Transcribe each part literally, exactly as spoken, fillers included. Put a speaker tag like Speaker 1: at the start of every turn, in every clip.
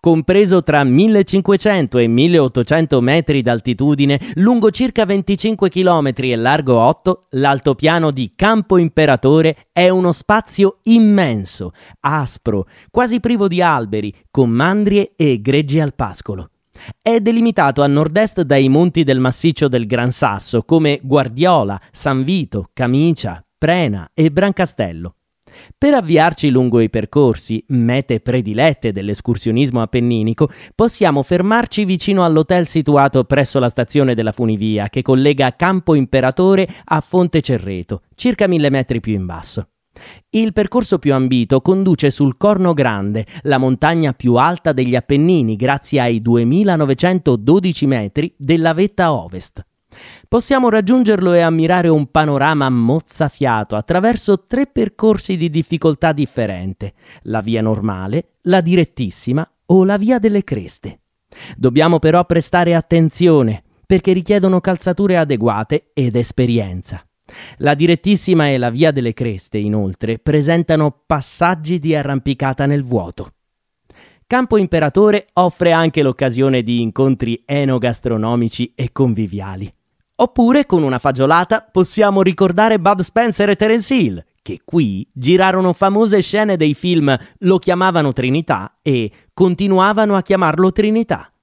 Speaker 1: Compreso tra millecinquecento e milleottocento metri d'altitudine, lungo circa venticinque chilometri e largo otto, l'altopiano di Campo Imperatore è uno spazio immenso, aspro, quasi privo di alberi, con mandrie e greggi al pascolo. È delimitato a nord-est dai monti del massiccio del Gran Sasso, come Guardiola, San Vito, Camicia, Prena e Brancastello. Per avviarci lungo i percorsi, mete predilette dell'escursionismo appenninico, possiamo fermarci vicino all'hotel situato presso la stazione della funivia che collega Campo Imperatore a Fonte Cerreto, circa mille metri più in basso. Il percorso più ambito conduce sul Corno Grande, la montagna più alta degli Appennini, grazie ai duemilanovecentododici metri della vetta ovest. Possiamo raggiungerlo e ammirare un panorama mozzafiato attraverso tre percorsi di difficoltà differente: la via normale, la direttissima o la via delle creste. Dobbiamo però prestare attenzione perché richiedono calzature adeguate ed esperienza. La direttissima e la via delle creste, inoltre, presentano passaggi di arrampicata nel vuoto. Campo Imperatore offre anche l'occasione di incontri enogastronomici e conviviali. Oppure, con una fagiolata, possiamo ricordare Bud Spencer e Terence Hill, che qui girarono famose scene dei film Lo chiamavano Trinità e Continuavano a chiamarlo Trinità.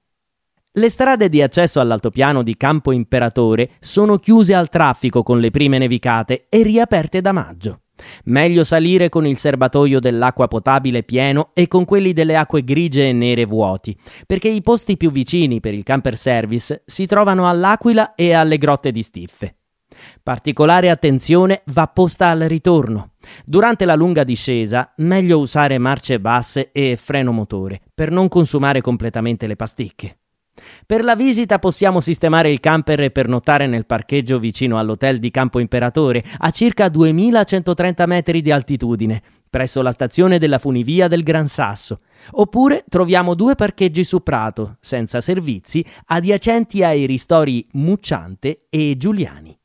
Speaker 1: Le strade di accesso all'altopiano di Campo Imperatore sono chiuse al traffico con le prime nevicate e riaperte da maggio. Meglio salire con il serbatoio dell'acqua potabile pieno e con quelli delle acque grigie e nere vuoti, perché i posti più vicini per il camper service si trovano all'Aquila e alle grotte di Stiffe. Particolare attenzione va posta al ritorno. Durante la lunga discesa, meglio usare marce basse e freno motore per non consumare completamente le pasticche. Per la visita possiamo sistemare il camper e pernottare nel parcheggio vicino all'hotel di Campo Imperatore, a circa duemilacentotrenta metri di altitudine, presso la stazione della funivia del Gran Sasso. Oppure troviamo due parcheggi su Prato, senza servizi, adiacenti ai ristori Mucciante e Giuliani.